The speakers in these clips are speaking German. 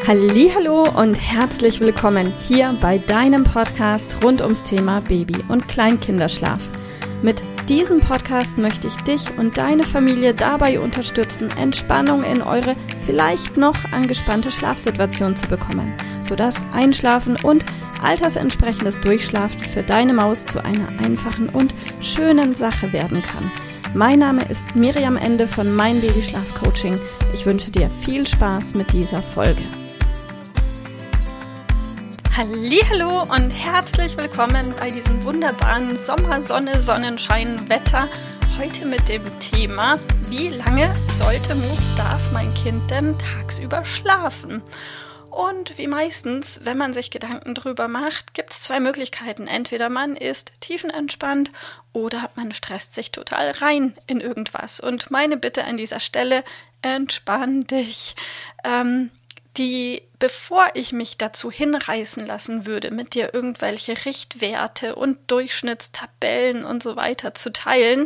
Hallihallo und herzlich willkommen hier bei deinem Podcast rund ums Thema Baby- und Kleinkinderschlaf. Mit diesem Podcast möchte ich dich und deine Familie dabei unterstützen, Entspannung in eure vielleicht noch angespannte Schlafsituation zu bekommen, sodass Einschlafen und altersentsprechendes Durchschlafen für deine Maus zu einer einfachen und schönen Sache werden kann. Mein Name ist Miriam Ende von Mein Babyschlaf Coaching. Ich wünsche dir viel Spaß mit dieser Folge. Hallihallo und herzlich willkommen bei diesem wunderbaren Sommersonne-Sonnenschein-Wetter. Heute mit dem Thema, wie lange darf mein Kind denn tagsüber schlafen? Und wie meistens, wenn man sich Gedanken drüber macht, gibt es zwei Möglichkeiten. Entweder man ist tiefenentspannt oder man stresst sich total rein in irgendwas. Und meine Bitte an dieser Stelle, entspann dich. Bevor ich mich dazu hinreißen lassen würde, mit dir irgendwelche Richtwerte und Durchschnittstabellen und so weiter zu teilen,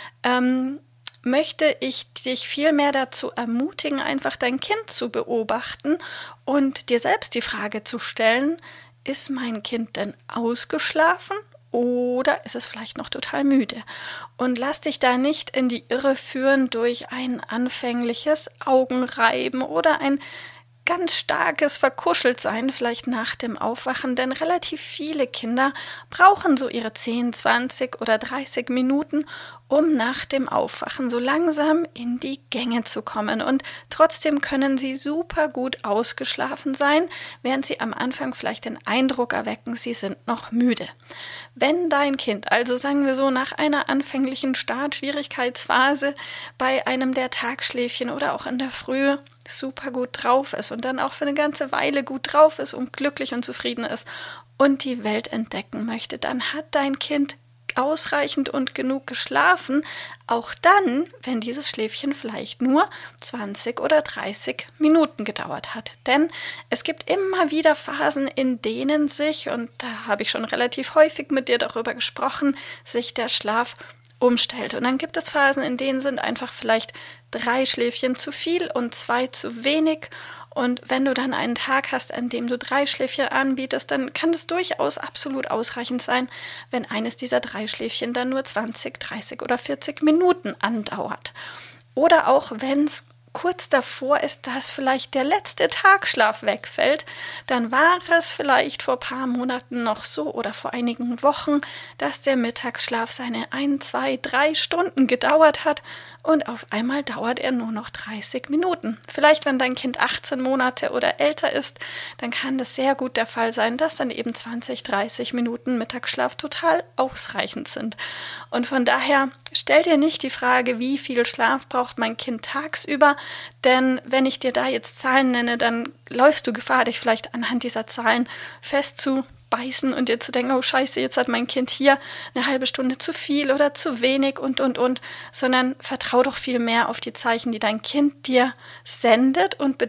möchte ich dich vielmehr dazu ermutigen, einfach dein Kind zu beobachten und dir selbst die Frage zu stellen, ist mein Kind denn ausgeschlafen oder ist es vielleicht noch total müde? Und lass dich da nicht in die Irre führen durch ein anfängliches Augenreiben oder ein ganz starkes Verkuscheltsein vielleicht nach dem Aufwachen, denn relativ viele Kinder brauchen so ihre 10, 20 oder 30 Minuten, um nach dem Aufwachen so langsam in die Gänge zu kommen. Und trotzdem können sie super gut ausgeschlafen sein, während sie am Anfang vielleicht den Eindruck erwecken, sie sind noch müde. Wenn dein Kind, also sagen wir so nach einer anfänglichen Startschwierigkeitsphase bei einem der Tagschläfchen oder auch in der Früh super gut drauf ist und dann auch für eine ganze Weile gut drauf ist und glücklich und zufrieden ist und die Welt entdecken möchte, dann hat dein Kind ausreichend und genug geschlafen, auch dann, wenn dieses Schläfchen vielleicht nur 20 oder 30 Minuten gedauert hat. Denn es gibt immer wieder Phasen, in denen sich, und da habe ich schon relativ häufig mit dir darüber gesprochen, sich der Schlaf umstellt. Und dann gibt es Phasen, in denen sind einfach vielleicht 3 Schläfchen zu viel und 2 zu wenig. Und wenn du dann einen Tag hast, an dem du 3 Schläfchen anbietest, dann kann es durchaus absolut ausreichend sein, wenn eines dieser 3 Schläfchen dann nur 20, 30 oder 40 Minuten andauert. Oder auch wenn es kurz davor ist, dass vielleicht der letzte Tagschlaf wegfällt, dann war es vielleicht vor ein paar Monaten noch so oder vor einigen Wochen, dass der Mittagsschlaf seine 1, 2, 3 Stunden gedauert hat und auf einmal dauert er nur noch 30 Minuten. Vielleicht, wenn dein Kind 18 Monate oder älter ist, dann kann das sehr gut der Fall sein, dass dann eben 20, 30 Minuten Mittagsschlaf total ausreichend sind. Und von daher stell dir nicht die Frage, wie viel Schlaf braucht mein Kind tagsüber, denn wenn ich dir da jetzt Zahlen nenne, dann läufst du Gefahr, dich vielleicht anhand dieser Zahlen festzubeißen und dir zu denken, oh Scheiße, jetzt hat mein Kind hier eine halbe Stunde zu viel oder zu wenig und, sondern vertrau doch viel mehr auf die Zeichen, die dein Kind dir sendet und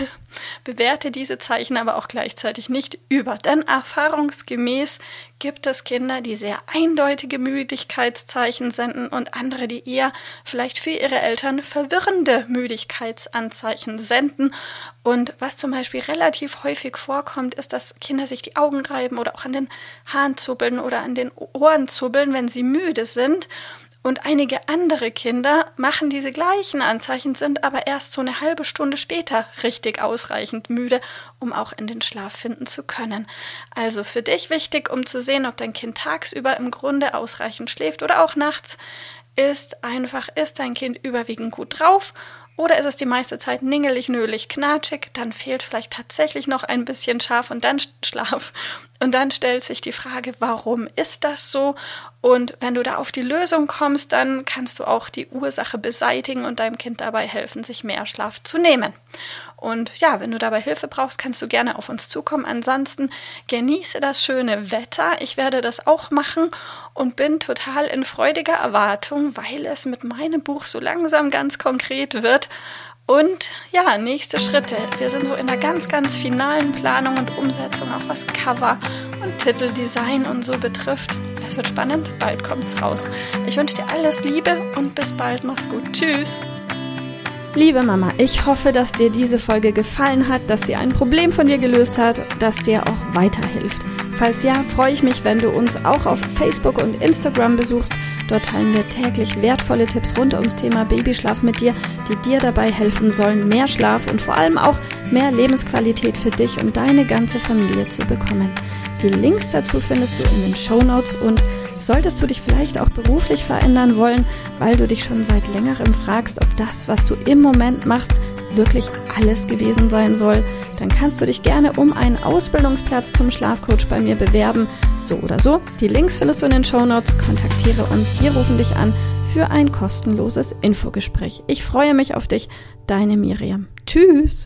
bewerte diese Zeichen aber auch gleichzeitig nicht über. Denn erfahrungsgemäß gibt es Kinder, die sehr eindeutige Müdigkeitszeichen senden und andere, die eher vielleicht für ihre Eltern verwirrende Müdigkeitsanzeichen senden. Und was zum Beispiel relativ häufig vorkommt, ist, dass Kinder sich die Augen reiben oder auch an den Haaren zuppeln oder an den Ohren zuppeln, wenn sie müde sind. Und einige andere Kinder machen diese gleichen Anzeichen, sind aber erst so eine halbe Stunde später richtig ausreichend müde, um auch in den Schlaf finden zu können. Also für dich wichtig, um zu sehen, ob dein Kind tagsüber im Grunde ausreichend schläft oder auch nachts, ist dein Kind überwiegend gut drauf? Oder ist es die meiste Zeit ningelig, nölig, knatschig? Dann fehlt vielleicht tatsächlich noch ein bisschen Schlaf. Und dann stellt sich die Frage, warum ist das so? Und wenn du da auf die Lösung kommst, dann kannst du auch die Ursache beseitigen und deinem Kind dabei helfen, sich mehr Schlaf zu nehmen. Und ja, wenn du dabei Hilfe brauchst, kannst du gerne auf uns zukommen. Ansonsten genieße das schöne Wetter. Ich werde das auch machen und bin total in freudiger Erwartung, weil es mit meinem Buch so langsam ganz konkret wird. Und ja, nächste Schritte. Wir sind so in der ganz, ganz finalen Planung und Umsetzung, auch was Cover und Titeldesign und so betrifft. Es wird spannend, bald kommt's raus. Ich wünsche dir alles Liebe und bis bald. Mach's gut. Tschüss. Liebe Mama, ich hoffe, dass dir diese Folge gefallen hat, dass sie ein Problem von dir gelöst hat, dass dir auch weiterhilft. Falls ja, freue ich mich, wenn du uns auch auf Facebook und Instagram besuchst. Dort teilen wir täglich wertvolle Tipps rund ums Thema Babyschlaf mit dir, die dir dabei helfen sollen, mehr Schlaf und vor allem auch mehr Lebensqualität für dich und deine ganze Familie zu bekommen. Die Links dazu findest du in den Shownotes und solltest du dich vielleicht auch beruflich verändern wollen, weil du dich schon seit längerem fragst, ob das, was du im Moment machst, wirklich alles gewesen sein soll, dann kannst du dich gerne um einen Ausbildungsplatz zum Schlafcoach bei mir bewerben. So oder so, die Links findest du in den Shownotes. Kontaktiere uns, wir rufen dich an für ein kostenloses Infogespräch. Ich freue mich auf dich, deine Miriam. Tschüss!